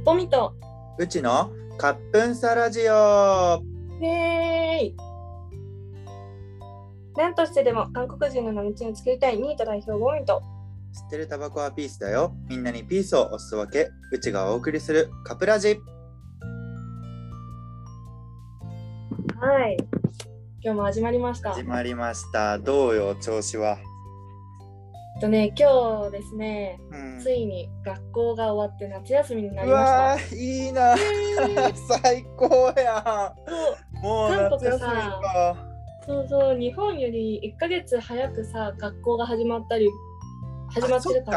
ポミとうちのカップンサラジオ。 イエーイ。何としてでも韓国人の道を作りたいニート代表ボミと、 吸ってるタバコはピースだよ。みんなにピースをおすそ分け。うちがお送りするカプラジ。 はい、今日も始まりました。 始まりました。どうよ調子は。 今日ですね、ついに学校が終わって夏休みになりうました。 わーいいな最高やん。もう夏休みか。 そう日本より1ヶ月早くさ学校が始まってるから、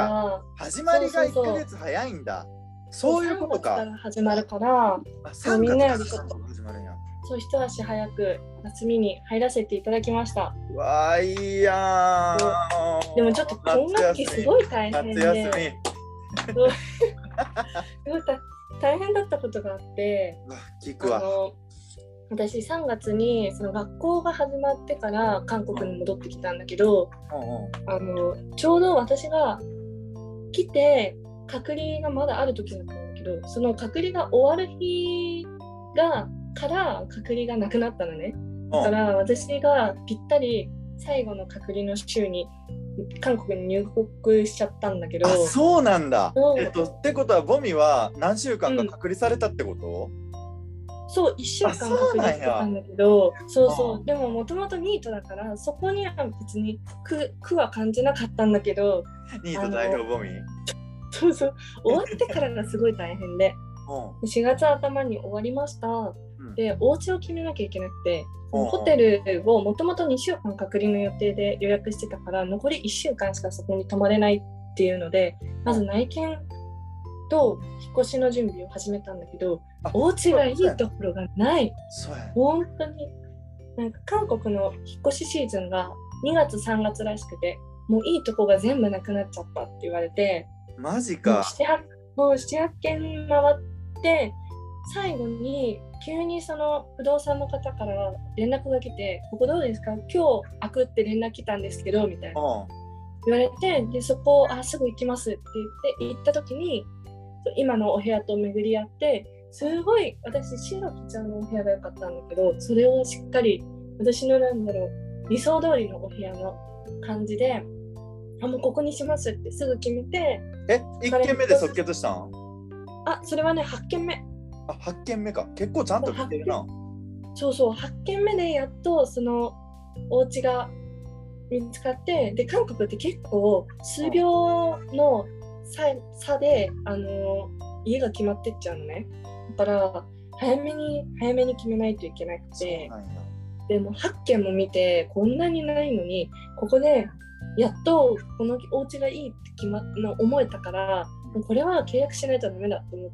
始まりが1ヶ月早いんだ。そういうことか。 3月から始まるから、みんなよりちょっと始まるんや。 そう一足早く夏みに入らせていただきました。 うわーいいやん。でもちょっと今学期すごい大変で、すごい大変だったことがあって、 聞くわ。 私3月にその学校が始まってから韓国に戻ってきたんだけど、ちょうど私が来て隔離がまだある時だったんだけど、その隔離が終わる日から隔離がなくなったのね。だから私がぴったり最後の隔離の週に韓国に入国しちゃったんだけど。 あ、そうなんだ。ってことはボミは何週間か隔離されたってこと？ そう、1週間隔離してたんだけど、そうでももともとニートだからそこには別に苦は感じなかったんだけど、 ニート代表ボミそう終わってからがすごい大変で4月頭に終わりました。で、お家を決めなきゃいけなくて、ホテルをもともと2週間隔離の予定で予約してたから残り1週間しかそこに泊まれないっていうので、まず内見と引っ越しの準備を始めたんだけど、お家がいいところがない。本当になんか韓国の引っ越しシーズンが2月3月らしくて、もういいとこが全部なくなっちゃったって言われて、 マジか。 もう7、8軒回って最後に急にその不動産の方から連絡が来て、ここどうですか、今日開くって連絡来たんですけどみたいな言われて、でそこすぐ行きますって言って行った時に今のお部屋と巡り合って、すごい私白木ちゃんのお部屋が良かったんだけど、それをしっかり私の理想通りのお部屋の感じで、もうここにしますってすぐ決めて。 1軒目で即決したん？ それはね8軒目。 8軒目か。結構ちゃんと来てるな。 そう8軒目でやっとそのお家が見つかって、で韓国って結構数秒の差で家が決まってっちゃうのね。だから早めに決めないといけなくて、でも8軒も見てこんなにないのに、ここでやっとこのお家がいいって思えたから、もうこれは契約しないとダメだと思って、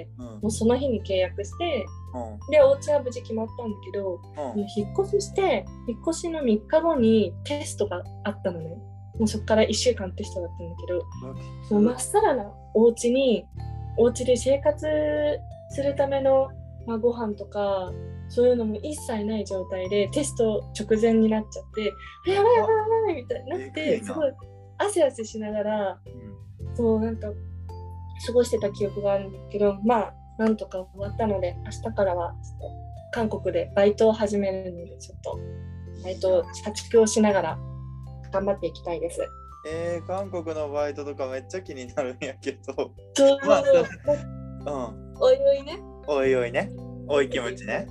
もうその日に契約して、でお家は無事決まったんだけど、引っ越しの3日後にテストがあったのね。もうそこから1週間テストだったんだけど、もうまっさらなお家で生活するための、ご飯とかそういうのも一切ない状態でテスト直前になっちゃって、やばいみたいになって、すごい汗しながら、なんか過ごしてた記憶があるんだけど、なんとか終わったので、明日からはちょっと韓国でバイトを始めるので、ちょっとバイトを社畜をしながら頑張っていきたいです。 韓国のバイトとかめっちゃ気になるんやけど。おいおいね。おいキムチね。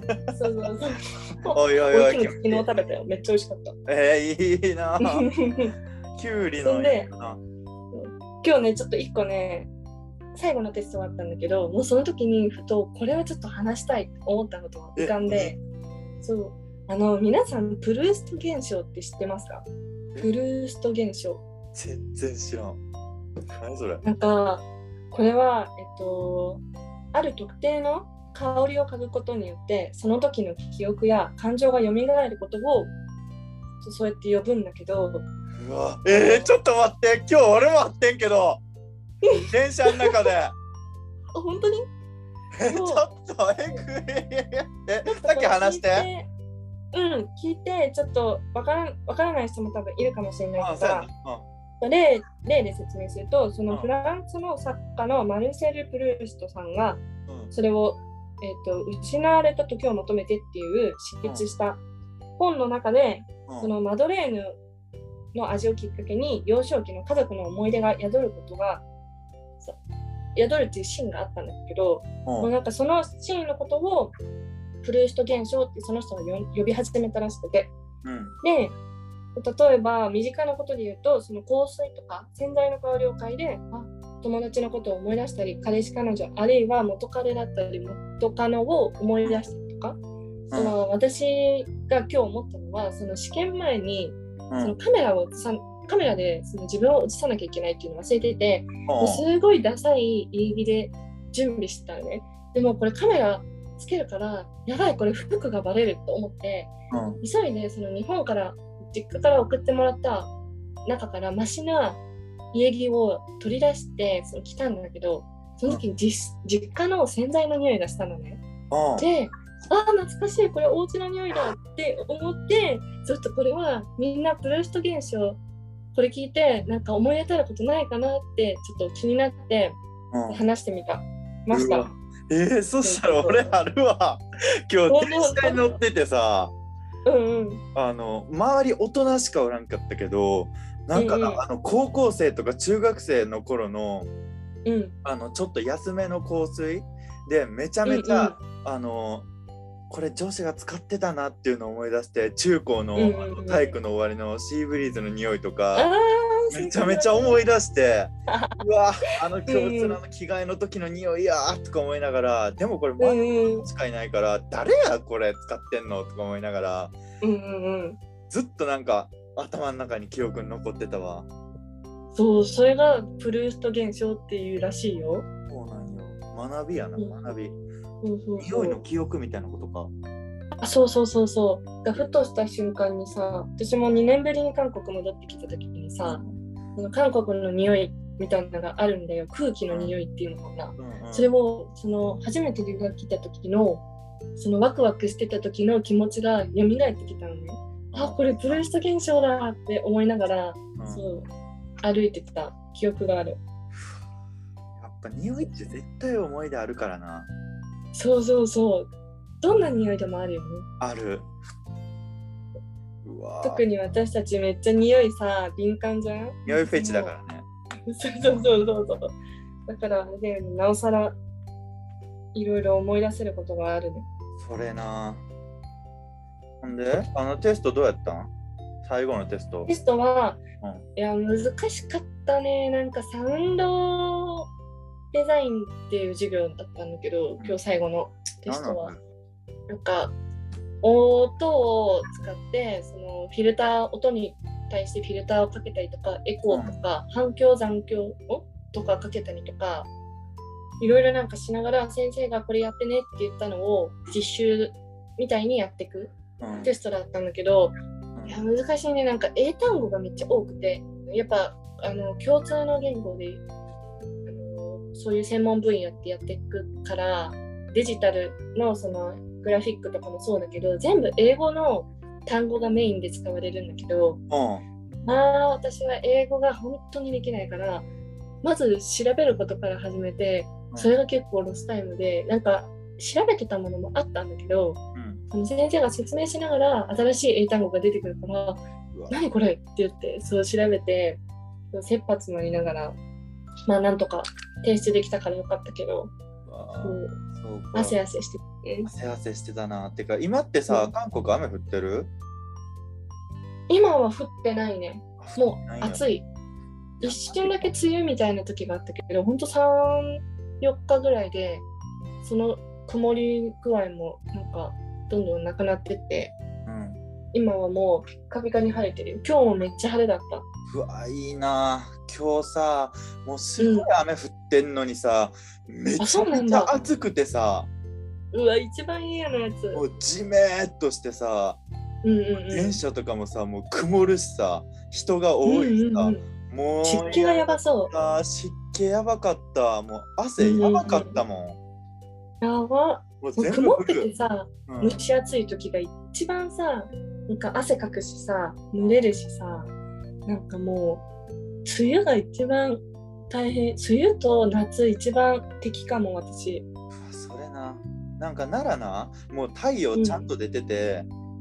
おいおいキムチ昨日食べたよ。めっちゃ美味しかった。 いいな。キュウリのいいな。 今日ねちょっと1個ね最後のテストがあったんだけど、もうその時にふとこれはちょっと話したいと思ったことが浮かんで、皆さんプルースト現象って知ってますか？プルースト現象。 全然知らん。何それ？ なんかこれはある特定の香りを嗅ぐことによってその時の記憶や感情が蘇ることをそうやって呼ぶんだけど。 うわ、ちょっと待って、今日俺も会ってんけど電車の中で本当にちょっとさっき話して聞いてちょっとわからない人も多分いるかもしれないから、 例で説明すると、そのフランスの作家のマルセル・プルーストさんが、それを、失われた時を求めてっていう執筆した本の中で、そのマドレーヌの味をきっかけに幼少期の家族の思い出が宿るっていうシーンがあったんだけど、もうなんかそのシーンのことをプルースト現象ってその人が呼び始めたらしくて、で例えば身近なことで言うと、その香水とか洗剤の香りを嗅いで友達のことを思い出したり、彼氏彼女あるいは元彼だったり元カノを思い出したりとか、その私が今日思ったのは、その試験前にそのカメラでその自分を映さなきゃいけないっていうのを忘れてて、もうすごいダサい入りで準備してたのね。でもこれカメラつけるからやばい、これ服がバレると思って、急いでその日本から実家から送ってもらった中からマシな家着を取り出して着たんだけど、その時に実家の洗剤の匂いがしたのね。で、懐かしい、これお家の匂いだって思って、ちょっとこれはみんなプルースト現象、これ聞いてなんか思い当たることないかなってちょっと気になって話してみました。 そしたら俺あるわ。今日電車に乗っててさ、周り大人しかおらんかったけど、なんか高校生とか中学生の頃の、ちょっと安めの香水でめちゃめちゃ、これ女子が使ってたなっていうのを思い出して、中高の体育の終わりのシーブリーズの匂いとかめちゃめちゃ思い出してうわ、教室の着替えの時の匂いやとか思いながら、でもこれマジしかいないから誰やこれ使ってんのとか思いながら、ずっとなんか頭の中に記憶に残ってたわ。 そう、それがプルースト現象っていうらしいよ。 そうなんよ、学びやな、学び。匂いの記憶みたいなことか。 そうがふとした瞬間にさ、私も2年ぶりに韓国戻ってきた時にさ、韓国の匂いみたいなのがあるんだよ。空気の匂いっていうのかな。それを初めて留学来た時のそのワクワクしてた時の気持ちが蘇ってきたのね。これプルースト現象だって思いながら、そう歩いてきた記憶がある。 やっぱ匂いって絶対思い出あるからな。 そうどんな匂いでもあるよね。ある。特に私たちめっちゃ匂いさ敏感じゃん。 匂いフェチだからね。 そうだからあれだよね、なおさらいろいろ思い出せることがあるね。 それな。ほんでテストどうやったん？最後のテストは、いや難しかったね。なんかサウンドデザインっていう授業だったんだけど、今日最後のテストはなんか音を使ってそのフィルター、音に対してフィルターをかけたりとか、エコーとか、反響残響とかかけたりとか、いろいろなんかしながら先生がこれやってねって言ったのを実習みたいにやっていくテストだったんだけど、いや難しいね。なんか英単語がめっちゃ多くて、やっぱ共通の言語でそういう専門分野ってやっていくから、デジタルのそのグラフィックとかもそうだけど、全部英語の単語がメインで使われるんだけど、私は英語が本当にできないから、まず調べることから始めて、それが結構ロスタイムで、なんか調べてたものもあったんだけど、その先生が説明しながら新しい英単語が出てくるから、何これって言ってそう調べて、切羽詰まりながら、なんとか提出できたからよかったけど、汗汗してて、 汗汗してたな。てか今ってさ、韓国雨降ってる？ 今は降ってないね。もう暑い。一瞬だけ梅雨みたいな時があったけど、ほんと3、4日ぐらいでその曇り具合もなんかどんどんなくなってって、今はもうピッカピカに晴れてるよ。今日もめっちゃ晴れだった。 うわ、いいな。今日さ、もうすごい雨降ってんのにさ、めちゃめちゃ暑くてさ、 うわ、一番嫌なやつ。 もうジメーっとしてさ、電車とかもさ、もう曇るしさ、人が多いしさ、もう湿気がやばそう。 湿気やばかった。もう汗やばかったもん。やば。もう曇っててさ、蒸し暑い時が一番さ、なんか汗かくしさ、濡れるしさ、なんかもう梅雨が一番大変。梅雨と夏一番敵かも、私。 それな。なんかならな、もう太陽ちゃんと出てて、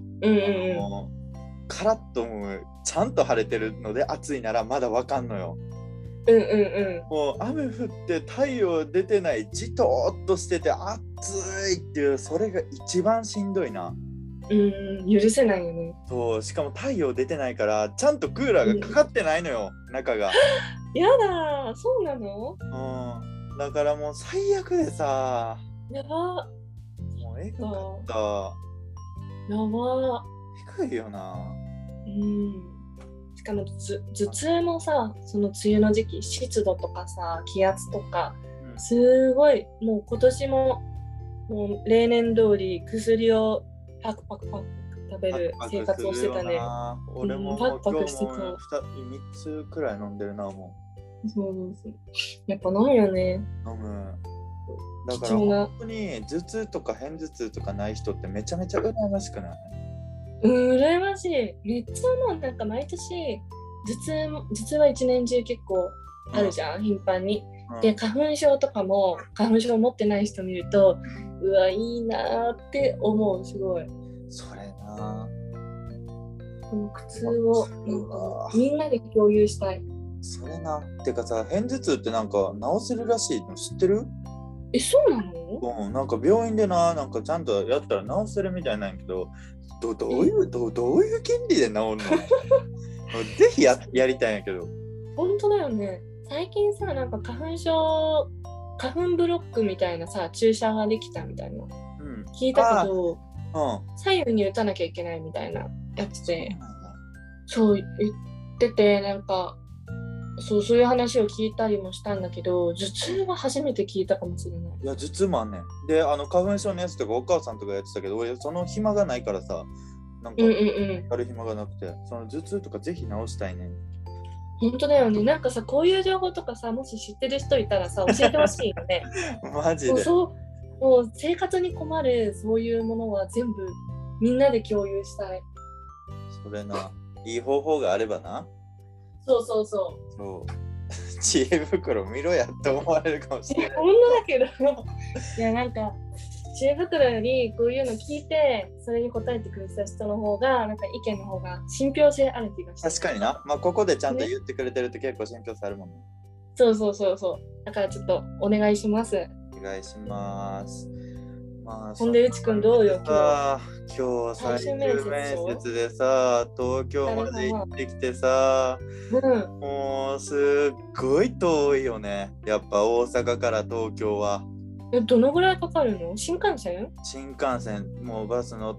カラッともうちゃんと晴れてるので暑いならまだわかんのよ。もう雨降って太陽出てない、じとーっとしてて暑いっていう、それが一番しんどいな。 許せないよね。 そう、しかも太陽出てないからちゃんとクーラーがかかってないのよ、中が。 やだ、そうなの？ だからもう最悪でさ。 やば。 もうえぐかった。 やば。 低いよな。 しかも頭痛もさ、その梅雨の時期、湿度とかさ、気圧とか、すごい、もう今年ももう例年通り薬をパクパク食べる生活をしてたね。 俺もパクパクしてた。 3つくらい飲んでるな、もう。そうやっぱ飲むよね。 飲む。だから本当に頭痛とか片頭痛とかない人ってめちゃめちゃ羨ましくない？ 羨ましい。熱もなんか毎年頭痛は一年中結構あるじゃん、頻繁に。で、花粉症とかも花粉症持ってない人見ると、うわ、いいなって思う、すごい。 それな。 この苦痛をなんかみんなで共有したい。 それな。てかさ、片頭痛ってなんか治せるらしいの知ってる？ そうなの？ なんか病院でなんかちゃんとやったら治せるみたいなんやけど、どういう原理で治るの？ぜひやりたいんやけど。 本当だよね。最近さ、なんか花粉ブロックみたいなさ、注射ができたみたいな、聞いたけど、左右に打たなきゃいけないみたいなやつで、そう言ってて、なんかそういう話を聞いたりもしたんだけど、頭痛は初めて聞いたかもしれない。 いや、頭痛もあんねん。で、花粉症のやつとかお母さんとかやってたけど、俺その暇がないからさ、なんかやる暇がなくて、その頭痛とかぜひ治したいねん。 本当だよね。なんかさ、こういう情報とかさ、もし知ってる人いたらさ、教えてほしいよね。 マジで。 もう生活に困るそういうものは全部みんなで共有したい。 それな、いい方法があればな。 そう知恵袋見ろやって思われるかもしれない。 本当だけどいや、なんか知恵袋よりこういうの聞いてそれに答えてくれた人の方が、なんか意見の方が信憑性ある気がして。 確かにな。ここでちゃんと言ってくれてるって結構信憑性あるもんね。 そうだからちょっとお願いします。 お願いします。 ほんで、うちくんどうよ？ 今日最終面接でさ、東京まで行ってきてさ、もうすっごい遠いよね。やっぱ大阪から東京は。 どのぐらいかかるの？新幹線？ もうバス乗って、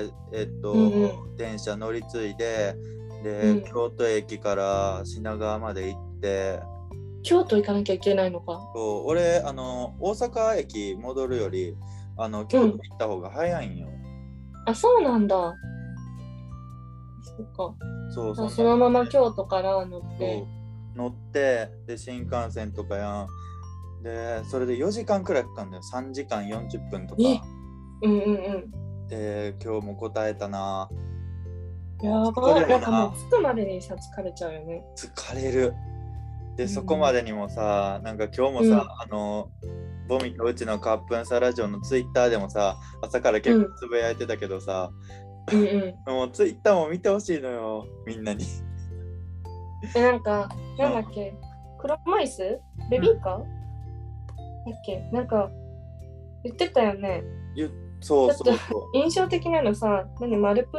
電車乗り継いで、京都駅から品川まで行って。 京都行かなきゃいけないのか。 俺大阪駅戻るより京都行った方が早いんよ。 あ、そうなんだ。そっか。そうそのまま京都から乗ってで新幹線とかやんで、それで4時間くらいかかるんだよ。3時間40分とか。で今日も答えたな。 やばい。なんかもう着くまでにさ疲れちゃうよね。 疲れる。でそこまでにもさ、なんか今日もさ、ボミとうちのカップンサラジオのツイッターでもさ、朝から結構つぶやいてたけどさ、もうツイッターも見てほしいのよ、みんなに。 なんか、なんだっけ、車椅子ベビーカー、だっけ、なんか言ってたよね。 そう印象的なのさ、マルプ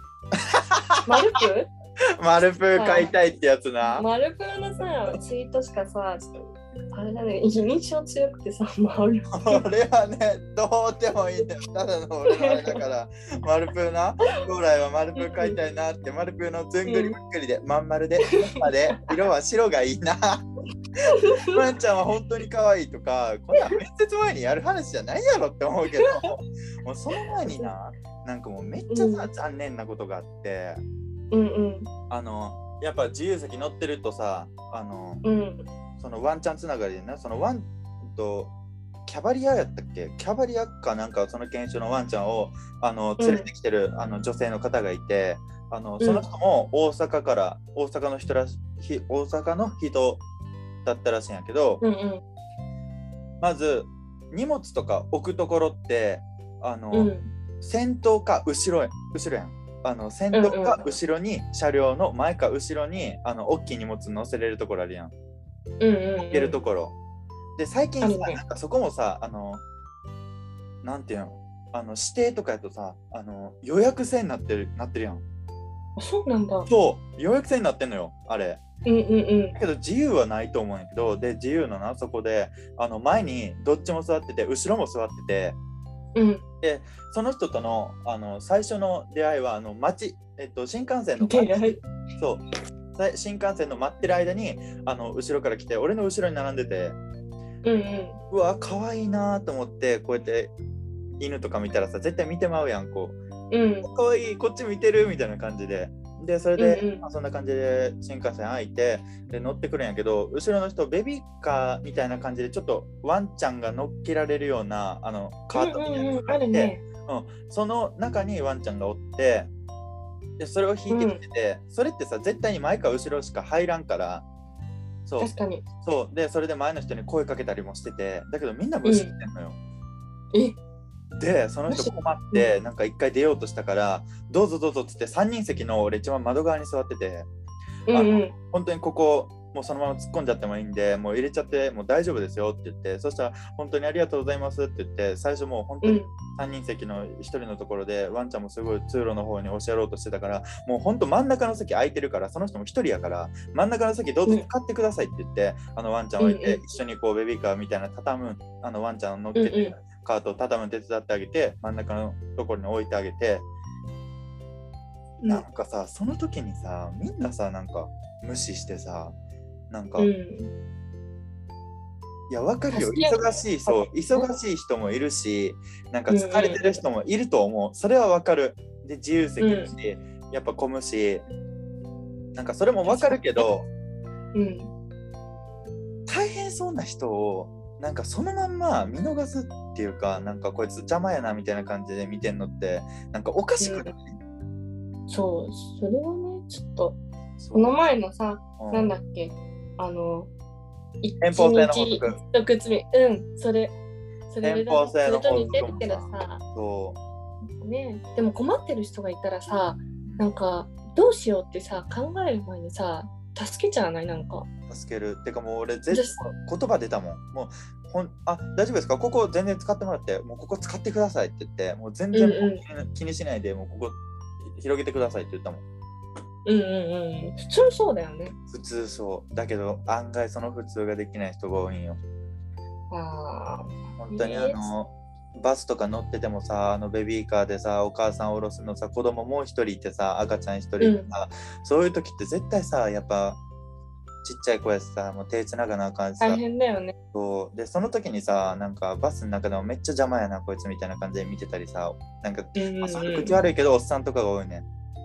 マルプー買いたいってやつな。 マルプーのさ、ツイートしかさ、あれだね、印象強くてさ、 俺はね、どうでもいいんだよ。ただの俺のあれだから、マルプーな、将来はマルプー買いたいなって、マルプーのずんぐりむっくりで、まん丸で、色は白がいいな。ワンちゃんは本当に可愛いとか、こんな面接前にやる話じゃないやろって思うけど、もうその前にな、なんかもうめっちゃさ、残念なことがあって、やっぱ自由席乗ってるとさ、そのワンちゃんつながりでね、そのワンとキャバリアやったっけ、キャバリアかなんか、その研修のワンちゃんを連れてきてる女性の方がいて、その人も大阪の人ら大阪の人だったらしいんやけど、 うんうん、 まず荷物とか置くところって先頭か後ろやん。先頭か後ろに車両の前か後ろに大きい荷物乗せれるところあるやん。置けるところで、最近さ、なんかそこもさなんていうの、指定とかやとさ予約制になってるやん。 そうなんだ。 そう予約制になってんのよあれ。だけど自由はないと思うんやけど、で自由のな、そこで前にどっちも座ってて後ろも座ってて、でその人との最初の出会いは新幹線のそう新幹線の待ってる間に後ろから来て俺の後ろに並んでて、うわ可愛いなと思って、こうやって犬とか見たらさ絶対見てまうやん、こう、可愛いこっち見てるみたいな感じで。でそれで、そんな感じで新幹線開いてで乗ってくるんやけど、後ろの人ベビーカーみたいな感じでちょっとワンちゃんが乗っけられるようなカートみたいなのがあって、その中にワンちゃんがおって、でそれを引いてきてて、それってさ絶対に前か後ろしか入らんから、そう確かにそうで、それで前の人に声かけたりもしてて、だけどみんな無視してんのよ。でその人困ってなんか一回出ようとしたからどうぞどうぞっつって3人席の俺一番窓側に座ってて、本当にここもうそのまま突っ込んじゃってもいいんでもう入れちゃってもう大丈夫ですよって言って、そしたら本当にありがとうございますって言って、最初もう本当に3人席の1人のところでワンちゃんもすごい通路の方に押しやろうとしてたから、もう本当真ん中の席空いてるから、その人も1人やから真ん中の席どうぞ使ってくださいって言って、ワンちゃん置いて一緒にこうベビーカーみたいな畳むワンちゃんを乗っけて、カートを畳む手伝ってあげて真ん中のところに置いてあげて、なんかさその時にさみんなさなんか無視してさ、なんか、いや分かるよ、忙しい人もいるし、なんか疲れてる人もいると思う、それは分かる。で自由席だし、やっぱ混むし、なんかそれも分かるけど、大変そうな人をなんかそのまんま見逃すっていうか、なんかこいつ邪魔やなみたいな感じで見てんのってなんかおかしくない？ そう、それはね、ちょっとこの前のさ、なんだっけ、 偏方性の法則。 一口目、それ偏方性の法則もさ、 それと似てるけどさ、そうね、でも困ってる人がいたらさ、なんかどうしようってさ考える前にさ助けちゃわない？なんか助けるってかもう俺絶対言葉出たもん。もう大丈夫ですか、ここ全然使ってもらって、もうここ使ってくださいって言って、もう全然気にしないでもうここ広げてくださいって言ったもん。 普通そうだよね。 普通そうだけど案外その普通ができない人が多いんよ。本当にバスとか乗っててもさ、ベビーカーでさお母さん降ろすのさ、子供もう一人いてさ赤ちゃん一人いてさ、そういう時って絶対さやっぱちっちゃい子やしさ、もう手つながなあかんしさ、 大変だよね。 そうでその時にさなんかバスの中でもめっちゃ邪魔やなこいつみたいな感じで見てたりさ、なんか、それ口悪いけどおっさんとかが多いね。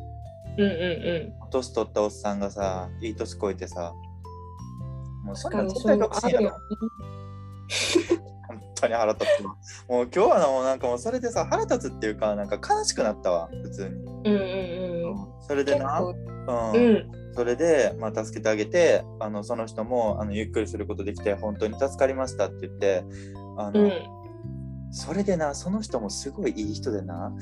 年取ったおっさんがさいい年こいてさ、もうそんな絶対独身やろ。本当に腹立つ。もう今日はもうなんかもうそれでさ腹立つっていうかなんか悲しくなったわ普通に。それでな、それで、助けてあげてその人もゆっくりすることできて本当に助かりましたって言ってそれでな、その人もすごいいい人でな、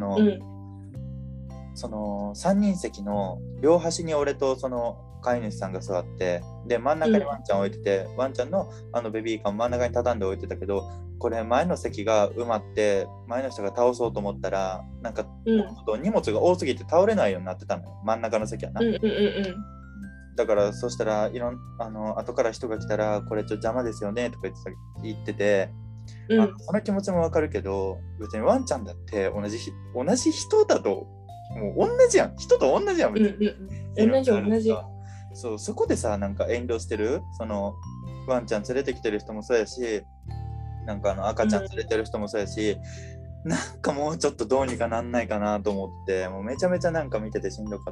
その3人席の両端に俺とその飼い主さんが座って、で真ん中にワンちゃん置いてて、ワンちゃんのベビーカー真ん中に畳んで置いてたけど、これ前の席が埋まって前の人が倒そうと思ったらなんか、荷物が多すぎて倒れないようになってたのよ、真ん中の席はな。だからそしたら後から人が来たらこれちょっと邪魔ですよねとか言ってて、その気持ちもわかるけど、別にワンちゃんだって同じ人だともう同じやん、人と同じやん別に、同じそこでさなんか遠慮してる、そのワンちゃん連れてきてる人もそうやし、なんか赤ちゃん連れてる人もそうやし、なんかもうちょっとどうにかなんないかなと思って、もうめちゃめちゃなんか見ててしんどかった。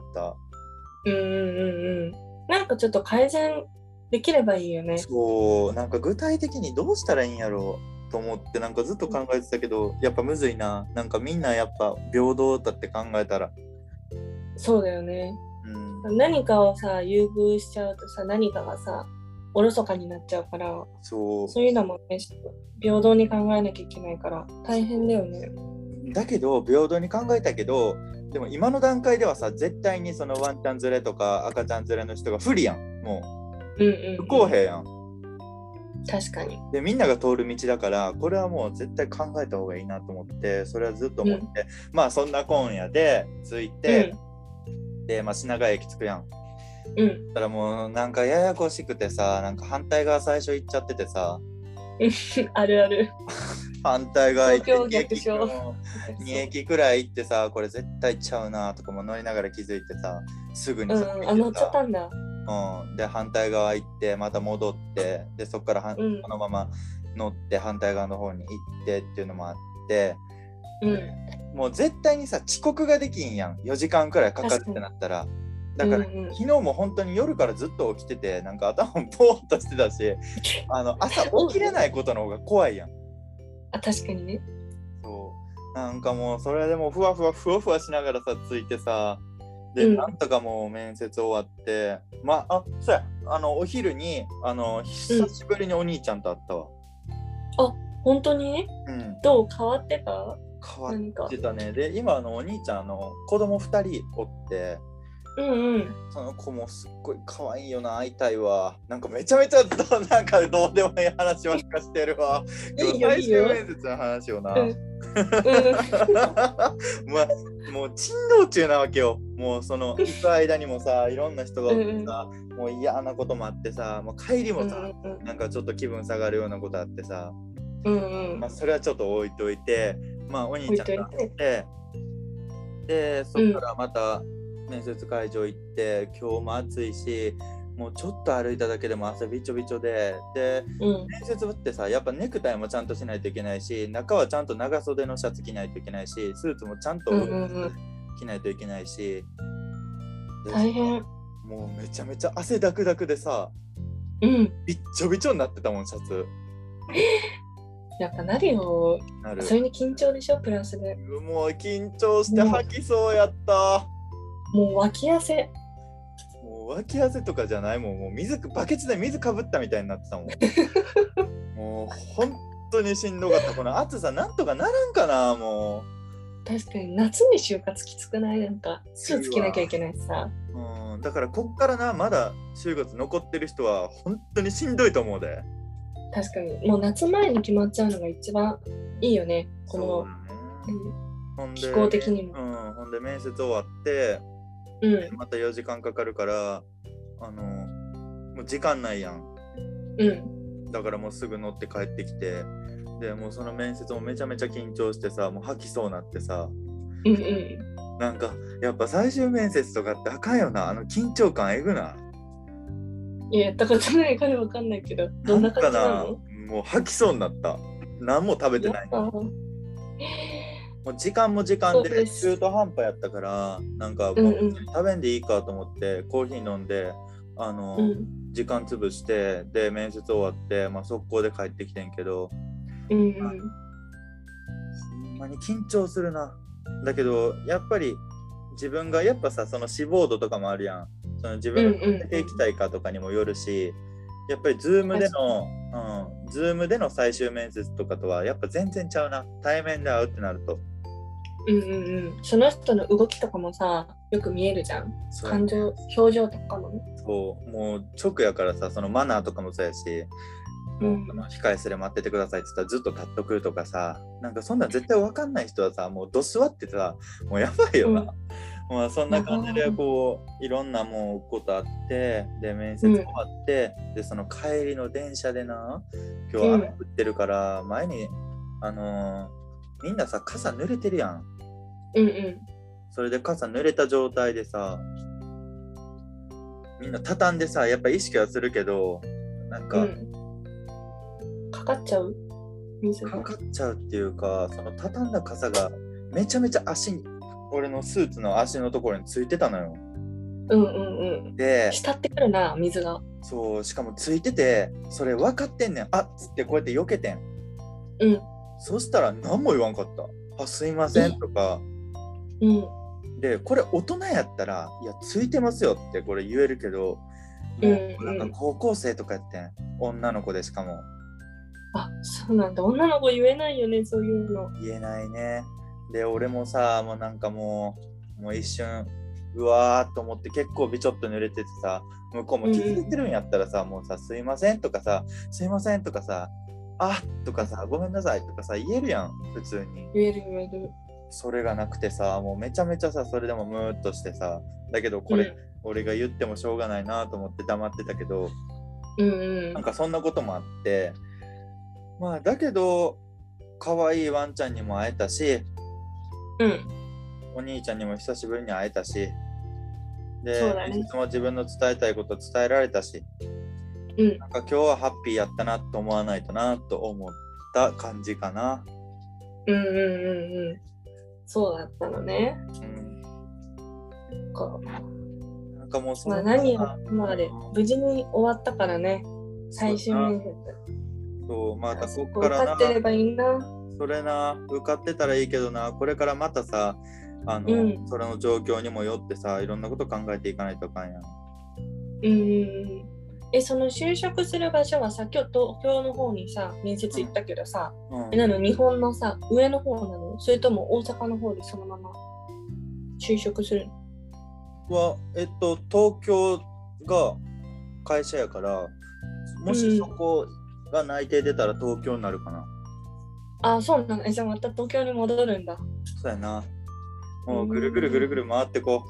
なんかちょっと改善できればいいよね。 そう、なんか具体的にどうしたらいいんやろうと思ってなんかずっと考えてたけど、やっぱむずいな。なんかみんなやっぱ平等だって考えたら。 そうだよね。 何かをさ優遇しちゃうとさ、何かがさおろそかになっちゃうから、そういうのもね平等に考えなきゃいけないから大変だよね。 だけど平等に考えたけど、でも今の段階ではさ、絶対にそのワンちゃん連れとか赤ちゃん連れの人が不利やん。もう不公平やん。 確かに。 でみんなが通る道だから、これはもう絶対考えた方がいいなと思って、それはずっと思って、まあそんな今夜で着いて、でまあ品川駅着くやん。だからもうなんかややこしくてさ、なんか反対側最初行っちゃっててさあるある反対側行って 2 駅くらい行ってさ、これ絶対行っちゃうなとかも乗りながら気づいてさ、すぐにさ、 乗っちゃったんだ。 で反対側行ってまた戻って、でそこからそのまま乗って反対側の方に行ってっていうのもあって、もう絶対にさ遅刻ができんやん、4時間くらいかかるってなったら。だから、昨日も本当に夜からずっと起きてて、なんか頭もぼーっとしてたし朝起きれないことの方が怖いやん。 確かにね。 そうなんかもうそれでもふわふわしながらさ着いてさ、で、なんとかもう面接終わって、そうや、お昼に久しぶりにお兄ちゃんと会ったわ。 本当に？どう変わってた？ 変わってたね。で今お兄ちゃん子供2人おって、その子もすっごい可愛いよな、会いたいわ。なんかめちゃめちゃなんかどうでもいい話ばっかしてるわ。今日最終面接の話をな。もう珍道中なわけよ。もうその行く間にもさ、いろんな人がおってさ、もう嫌なこともあってさ、もう帰りもさ、なんかちょっと気分下がるようなことあってさ、それはちょっと置いといて、お兄ちゃんが会って、でそっからまた面接会場行って、今日も暑いし、もうちょっと歩いただけでも汗びちょびちょで、面接ってさ、やっぱネクタイもちゃんとしないといけないし、中はちゃんと長袖のシャツ着ないといけないし、スーツもちゃんと着ないといけないし、 大変。 もうめちゃめちゃ汗だくだくでさ、びっちょびちょになってたもん、シャツ。 やっぱなるよ。それに緊張でしょ、プラスで。 もう緊張して吐きそうやった。 もう脇汗。 もう脇汗とかじゃないもん。もうバケツで水かぶったみたいになってたもん。もう本当にしんどかった。この暑さなんとかならんかな、もう。 確かに夏に就活きつくない？なんかスーツ着なきゃいけないしさ。 だからこっからな、まだ就活残ってる人は本当にしんどいと思うで。 確かにもう夏前に決まっちゃうのが一番いいよね、この気候的にも。 ほんで面接終わって、また4時間かかるからもう時間ないやん。だからもうすぐ乗って帰ってきて、でもうその面接もめちゃめちゃ緊張してさ、もう吐きそうになってさ、なんかやっぱ最終面接とかってあかんよな、緊張感えぐな。 いや、やったことないから分かんないけど、どんな感じなの？ もう吐きそうになった。何も食べてない。もう時間も時間で中途半端やったから、なんかもう食べんでいいかと思ってコーヒー飲んで時間潰して、で面接終わって、速攻で帰ってきてんけど、ほんまに緊張するな。だけどやっぱり自分がやっぱさ、その志望度とかもあるやん。その自分がどこ行きたいかとかにもよるし、やっぱりズームでの最終面接とかとはやっぱ全然ちゃうな、対面で会うってなると。 その人の動きとかもさ、よく見えるじゃん。感情、表情とかもね。 そう、もう直やからさ、そのマナーとかもそうやし、もう控え室で待っててくださいって言ったらずっと立っとくとかさ、なんかそんなん絶対分かんない人はさ、もうど座ってさ、もうやばいよな。そんな感じでこういろんなもうことあって、で面接終わって、でその帰りの電車でな、今日雨降ってるから、前にみんなさ傘濡れてるやん。それで傘濡れた状態でさ、みんな畳んでさ、やっぱ意識はするけど、なんか、 かかっちゃう？ かかっちゃうっていうか、その畳んだ傘がめちゃめちゃ俺のスーツの足のところについてたのよ。で、 浸ってくるな、水が。 そう、しかもついてて、それ分かってんねん。あっつってこうやって避けてん。そしたら何も言わんかった。あ、すいませんとか。 でこれ大人やったらいやついてますよってこれ言えるけど、もうなんか高校生とかやってん、女の子でしかも。 あ、そうなんだ。女の子言えないよね、そういうの。 言えないね。で俺もさ、もうなんかもう一瞬うわーと思って、結構びちょっと濡れててさ、向こうも気づいてるんやったらさ、もうさすいませんとかさ、すいませんとかさ、あとかさ、ごめんなさいとかさ言えるやん、普通に。 言える。 それがなくてさ、もうめちゃめちゃさ、それでもムーっとしてさ、だけどこれ、俺が言ってもしょうがないなと思って黙ってたけど、なんかそんなこともあって、まあだけど可愛いワンちゃんにも会えたし、お兄ちゃんにも久しぶりに会えたし、で、いつも自分の伝えたいこと伝えられたし、なんか今日はハッピーやったなと思わないとなと思った感じかな。 そうだったのね。 なんかもうその何をまで無事に終わったからね、最終面接。 そう、またこっからな、 受かってればいいな。 それな、受かってたらいいけどな、これからまたさ、それの状況にもよってさ、いろんなこと考えていかないとあかんやん。 その就職する場所はさ、今日東京の方にさ、面接行ったけどさ、なの日本のさ、上の方なの？それとも大阪の方でそのまま就職するの？ は、東京が会社やから、もしそこが内定出たら東京になるかな。 あ、そうなの。じゃあまた東京に戻るんだ。 そうやな。もうぐるぐる回ってこ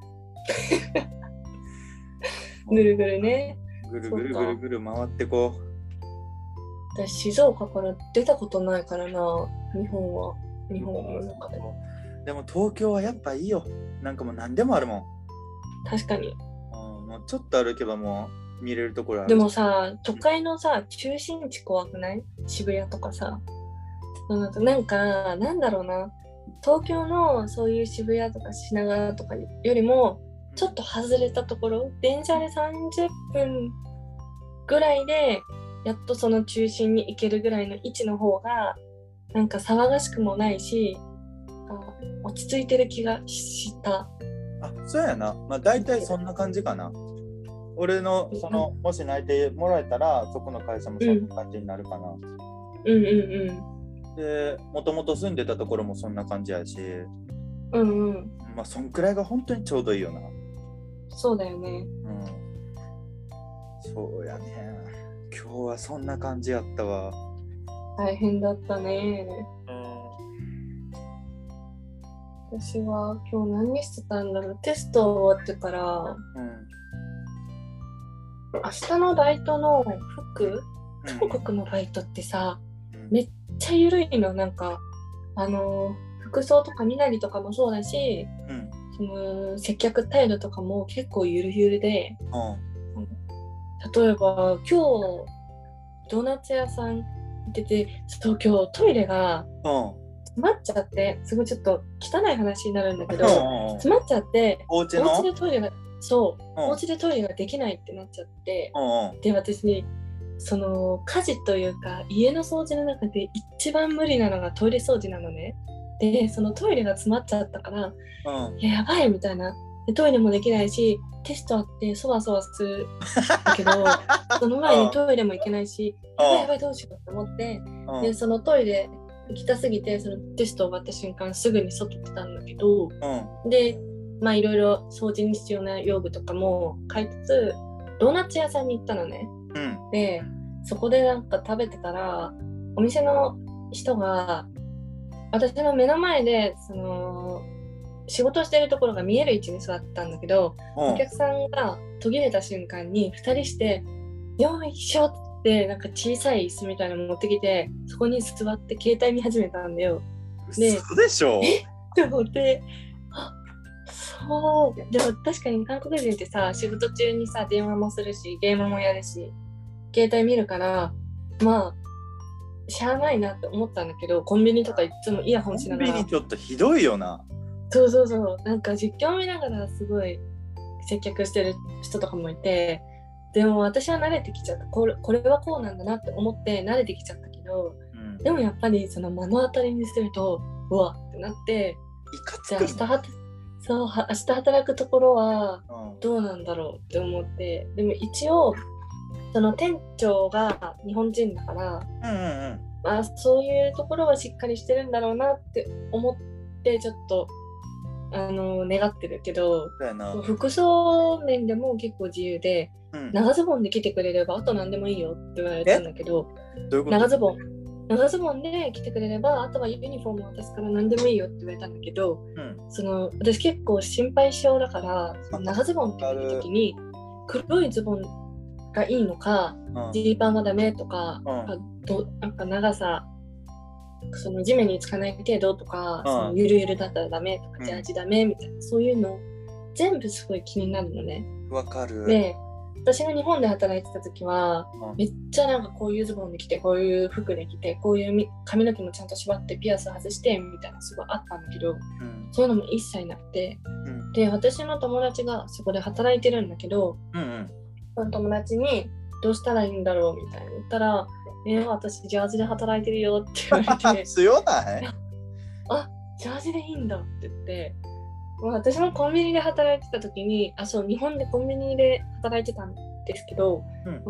う。ぐるぐるね。 ぐるぐる回ってこう。 私静岡から出たことないからな、日本の中で。 でも東京はやっぱいいよ。なんかもう何でもあるもん。 確かに。 もうちょっと歩けばもう見れるところある。 でもさ、都会のさ、中心地怖くない？渋谷とかさ。なんか、なんだろうな。東京のそういう渋谷とか品川とかよりも、ちょっと外れたところ、電車で30分ぐらいで、やっとその中心に行けるぐらいの位置の方が、なんか騒がしくもないし、落ち着いてる気がした。 あ、そうやな。まあ大体そんな感じかな。俺のもし内定もらえたら、そこの会社もそんな感じになるかな。で、もともと住んでたところもそんな感じやし、まあそんくらいが本当にちょうどいいよな。 そうだよね。 そうやね。今日はそんな感じやったわ。 大変だったね。私は今日何してたんだろう。テスト終わってから、明日のバイトの服、韓国のバイトってさ、めっちゃ緩いの。なんか服装とか身なりとかもそうだし、その接客態度とかも結構ゆるゆるで、例えば今日ドーナツ屋さん行ってて、今日トイレが詰まっちゃって、すごいちょっと汚い話になるんだけど、詰まっちゃって、お家でトイレがお家でトイレができないってなっちゃって、で私その家事というか家の掃除の中で一番無理なのがトイレ掃除なのね。でそのトイレが詰まっちゃったから、やばいみたいな。でトイレもできないし、テストあってそわそわするけどその前にトイレも行けないし、やばいどうしようと思って、でそのトイレ行きたすぎて、そのテスト終わった瞬間すぐに外出たんだけど、でまあいろいろ掃除に必要な用具とかも買いつつドーナツ屋さんに行ったのね。でそこでなんか食べてたら、お店の人が私の目の前でその仕事してるところが見える位置に座ったんだけど、お客さんが途切れた瞬間に2人してよいしょってなんか小さい椅子みたいなの持ってきて、そこに座って携帯見始めたんだよ。 で、嘘でしょ？ って思って、そう。でも確かに韓国人ってさ、仕事中にさ電話もするしゲームもやるし携帯見るから、まあしゃあないなって思ったんだけど、コンビニとかいつもイヤホンしながら。 コンビニちょっとひどいよな。 そう、なんか実況見ながらすごい接客してる人とかもいて、でも私は慣れてきちゃった。これはこうなんだなって思って慣れてきちゃったけど、でもやっぱりその目の当たりにするとうわってなって、 いかつくそう、明日働くところはどうなんだろうって思って、でも一応その店長が日本人だから、まあ、そういうところはしっかりしてるんだろうなって思ってちょっと願ってるけど、服装面でも結構自由で、長ズボンで来てくれればあと何でもいいよって言われたんだけど、長ズボンで来てくれればあとはユニフォーム渡すから何でもいいよって言われたんだけど、私結構心配性だから、長ズボンって言った時に黒いズボンがいいのか、ジーパンがダメとか、なんか長さその地面につかない程度とか、そのゆるゆるだったらダメとか、ジャージダメみたいな、そういうの全部すごい気になるのね。 わかる。 で、私が日本で働いてた時は、めっちゃなんかこういうズボンで着て、こういう服で着て、こういう髪の毛もちゃんと縛ってピアス外してみたいなすごいあったんだけど、そういうのも一切なくて、で、私の友達がそこで働いてるんだけど、その友達にどうしたらいいんだろうみたいに言ったら、私ジャージで働いてるよって言われて強ないあ、ジャージでいいんだって言って、私もコンビニで働いてた時に、日本でコンビニで働いてたんですけど、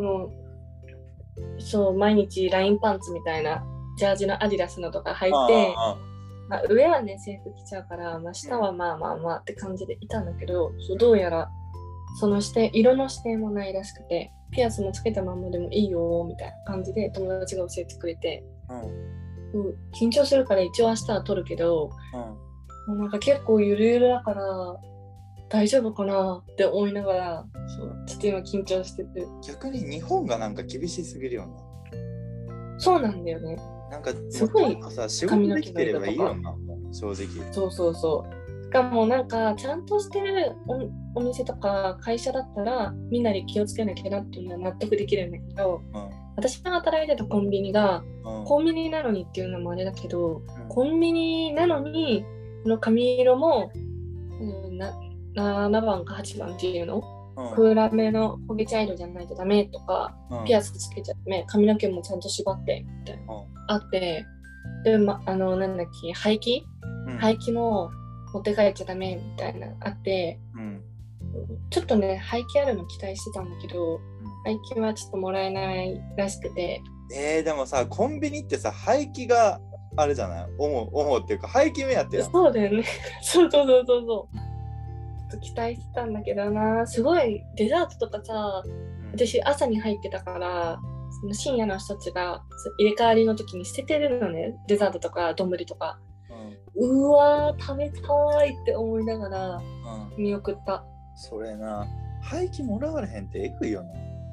毎日ラインパンツみたいなジャージのアディダスのとか履いて、上はね制服着ちゃうから、下はまあって感じでいたんだけど、どうやらその色の指定もないらしくて、ピアスもつけたままでもいいよみたいな感じで友達が教えてくれて、緊張するから一応明日は取るけど、もうなんか結構ゆるゆるだから大丈夫かなって思いながら、ちょっと今緊張してて。 逆に日本がなんか厳しすぎるよな。 そうなんだよね。 なんかすごいさ、仕事できてればいいよな、もう正直。 そうしかもなんかちゃんとしてるお店とか会社だったらみんなで気をつけなきゃなっていうのは納得できるんだけど、私が働いてたコンビニが、コンビニなのにっていうのもあれだけど、コンビニなのにこの髪色も、7番か8番っていうの、暗めの焦げ茶色じゃないとダメとか、ピアスつけちゃダメ、髪の毛もちゃんと縛ってみたいな、あって、で、なんだっけ、廃棄も持って帰っちゃダメみたいなあって、ちょっとね廃棄あるの期待してたんだけど、廃棄はちょっともらえないらしくて。 でもさ、コンビニってさ、廃棄があれじゃない？思うっていうか廃棄目当てやん。 そうだよねそう期待してたんだけどな。すごいデザートとかさ、私朝に入ってたから、その深夜の人たちが入れ替わりの時に捨ててるのね、デザートとか丼とか。うわー食べたいって思いながら見送った。 それな、廃棄もらわれへんってエグいよな。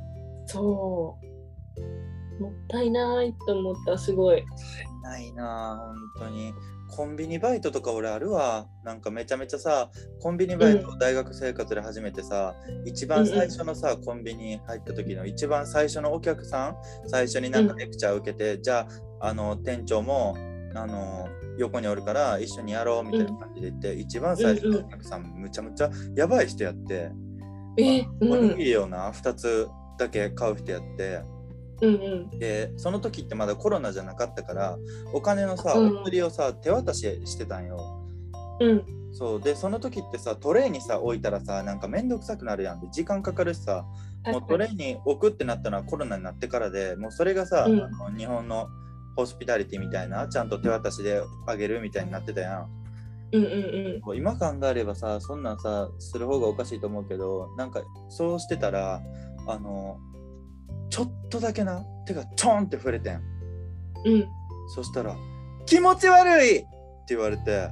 そうもったいないと思った。すごいもったいないな、本当に。コンビニバイトとか俺あるわ。なんかめちゃめちゃさ、コンビニバイトを大学生活で始めてさ、一番最初のさ、コンビニ入った時の一番最初のお客さん、最初になんかレクチャー受けて、じゃあ店長も横におるから一緒にやろうみたいな感じで言って、一番最初のお客さんむちゃむちゃやばい人やって、おにぎりをな2つだけ買う人やって、でその時ってまだコロナじゃなかったからお金のさ、お釣りをさ手渡ししてたんよ。そうで、その時ってさトレーにさ置いたらさ、なんかめんどくさくなるやんで、時間かかるしさ、もうトレーに置くってなったのはコロナになってからで、もうそれがさ、日本のホスピタリティみたいな、ちゃんと手渡しであげるみたいになってたやん。今考えればさ、そんなんさする方がおかしいと思うけど、なんかそうしてたらちょっとだけな手がちょんって触れてん。そしたら気持ち悪いって言われて、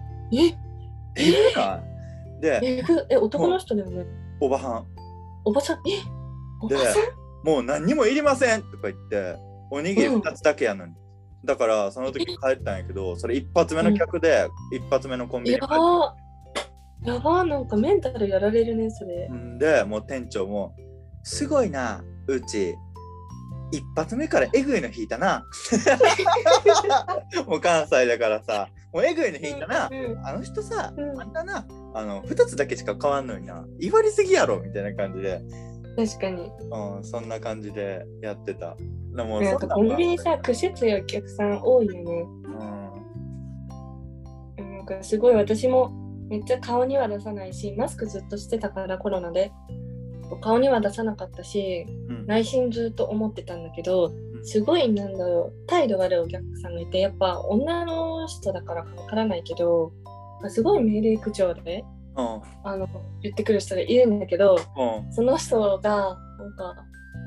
で、男の人だよね。 おばはん。 おばさん、おばさん？ もう何にもいりませんとか言って、おにぎり2つだけやのに。だからその時帰ったんやけど、それ一発目の客で、一発目のコンビニ。 やば、なんかメンタルやられるね、それ。 で、もう店長も、すごいな、うち、一発目からエグいの引いたな。もう関西だからさ、もうエグいの引いたな。あの人さ、あんたな、2つだけしか変わんのにな。言われすぎやろみたいな感じで。 確かに。 そんな感じでやってた。もなんかコンビニさ、癖強いお客さん多いよね。なんかすごい私もめっちゃ顔には出さないし、マスクずっとしてたからコロナで顔には出さなかったし、内心ずっと思ってたんだけど、すごいなんだろう、態度悪いお客さんがいて、やっぱ女の人だからかわからないけど、すごい命令口調で、言ってくる人がいるんだけど、その人がなんか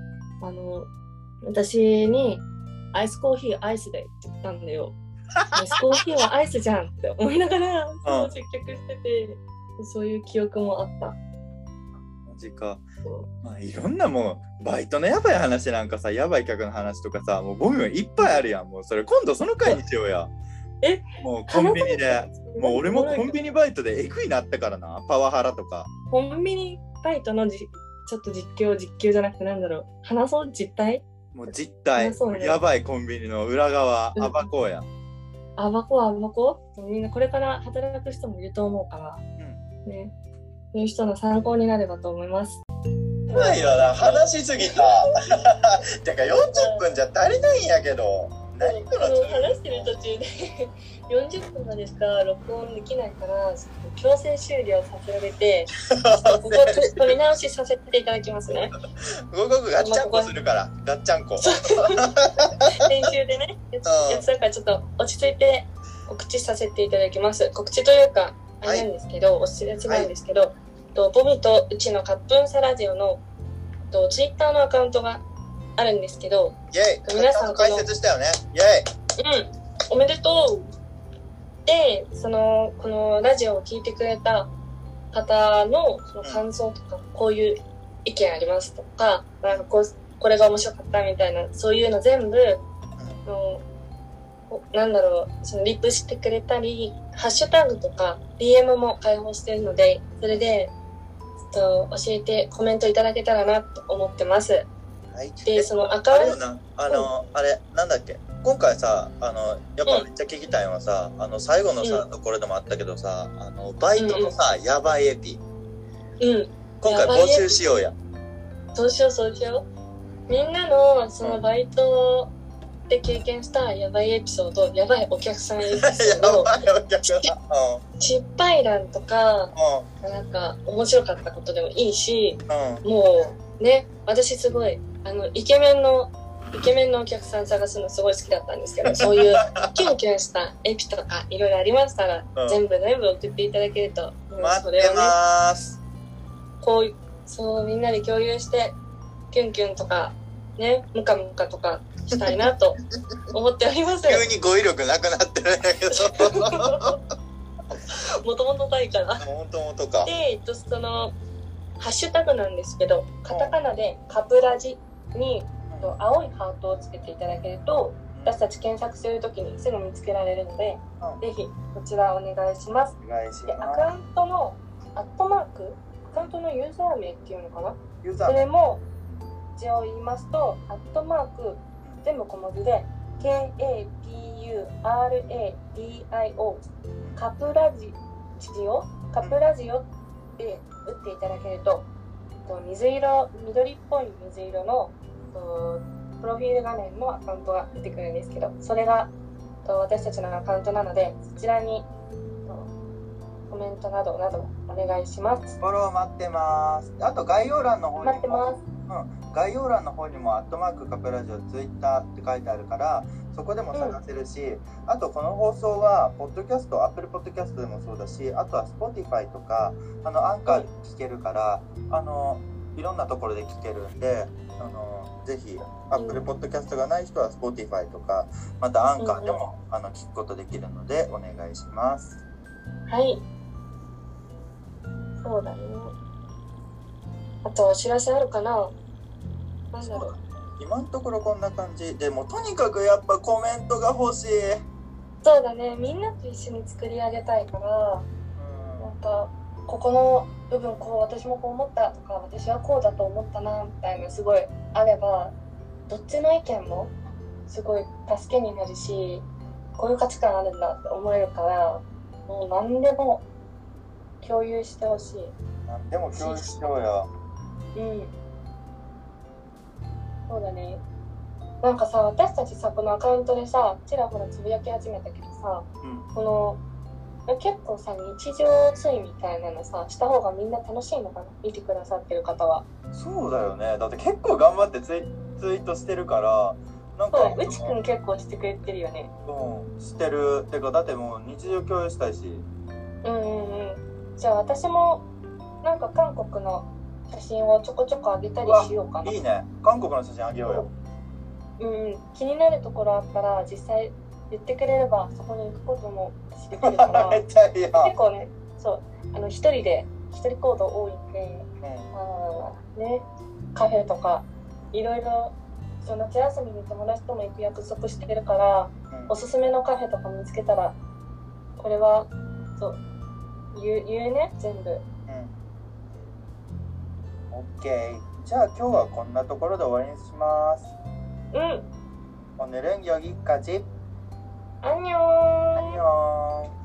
私にアイスコーヒーアイスでって言ったんだよ。アイスコーヒーはアイスじゃんって思いながらそう接客してて、そういう記憶もあった。 マジか。まあ、いろんなもうバイトのやばい話なんかさ、やばい客の話とかさ、もうボミもいっぱいあるやん。もうそれ今度その回にしようや。もうコンビニで、もう俺もコンビニバイトでエグいなったからな、パワハラとか。 コンビニバイトのちょっと実況じゃなくてなんだろう、話そう、実態。 もう実態、ね、やばいコンビニの裏側、アバコや。 アバコみんなこれから働く人もいると思うから、ね、そういう人の参考になればと思います。 ないよな、話しすぎた。てか40分じゃ足りないんやけど。何この話してる途中で40分までしか録音できないから強制終了させられてここ取り直しさせていただきますね。 ごガッチャンコするから、ガッチャンコ練習でねやつだからちょっと落ち着いて告知させていただきます。告知というかあれなんですけど、お知らせなんですけど、ボミとうちのカップンサラジオのツイッターのアカウントがあるんですけど、 イェイ、皆さん解説したよね。イェイ、 おめでとう。で、このラジオを聞いてくれた方のその感想とか、こういう意見ありますとか、なんかこれが面白かったみたいな、そういうの全部、なんだろう、そのリップしてくれたり、ハッシュタグとか DM も開放しているので、それで教えてコメントいただけたらなと思ってます。で、そのアカウントあれなんだっけ、今回さ、やっぱめっちゃ聞きたいのはさ、最後のさ、ところでもあったけどさ、バイトのさ、やばいエピ、今回募集しようや。 そうしよう。みんなのそのバイトで経験したやばいエピソード、やばいお客さんエピソード失敗談とか、なんか面白かったことでもいいし、もうね、私すごいイケメンのお客さん探すのすごい好きだったんですけど、そういうキュンキュンしたエピとかいろいろありましたら、全部送っていただけると、 待ってます。 そうみんなで共有してキュンキュンとかね、ムカムカとかしたいなと思っております。 急に語彙力なくなってるんやけど。 もともとないから。 もともとか。 で、そのハッシュタグなんですけど、カタカナでカプラジに青いハートをつけていただけると、私たち検索するときにすぐ見つけられるので、ぜひこちらお願いします。で、アカウントのアットマーク、アカウントのユーザー名っていうのかな、それも一応言いますと、アットマーク全部小文字で KAPURADIO カプラジオで打っていただけると、緑っぽい水色のプロフィール画面のアカウントが出てくるんですけど、それが私たちのアカウントなので、そちらにコメントなどお願いします。 フォロー待ってます。あと概要欄の方にも待ってます。 概要欄の方にもアットマークカプラジオツイッターって書いてあるから、そこでも探せるし、あとこの放送はポッドキャスト、アップルポッドキャストでもそうだし、あとは Spotify とかアンカーで聞けるから、いろんなところで聞けるんで、ぜひアップルポッドキャストがない人は Spotify とか、またアンカーでも聞くことできるのでお願いします。 はい、そうだね。あとお知らせあるかな。なんだろう。 今のところこんな感じで、もとにかくやっぱコメントが欲しい。 そうだね、みんなと一緒に作り上げたいから、なんかここの部分私もこう思ったとか、私はこうだと思ったなみたいなすごいあれば、どっちの意見もすごい助けになるし、こういう価値観あるんだって思えるから、もう何でも共有してほしい。 何でも共有しようよ。 そうだね。なんかさ、私たちさ、このアカウントでさ、ちらほらつぶやき始めたけどさ、この結構さ、日常追みたいなのさ、した方がみんな楽しいのかな、見てくださってる方は。 そうだよね。だって結構頑張ってツイートしてるから、なんかうちくん結構してくれてるよね。 うん、してる。てかだってもう日常共有したいし。 じゃあ私もなんか韓国の写真をちょこちょこあげたりしようかな。 いいね。韓国の写真あげようよ。気になるところあったら実際言ってくれればそこに行くことも私できるからめっちゃいいよ。 結構ね、そう、一人行動多いんで、ね、カフェとかいろいろ夏休みに友達とも行く約束してるから、おすすめのカフェとか見つけたらこれはそう言うね、全部。 OK。じゃあ今日はこんなところで終わりにします。오늘은 여기까지. 안녕. 안녕.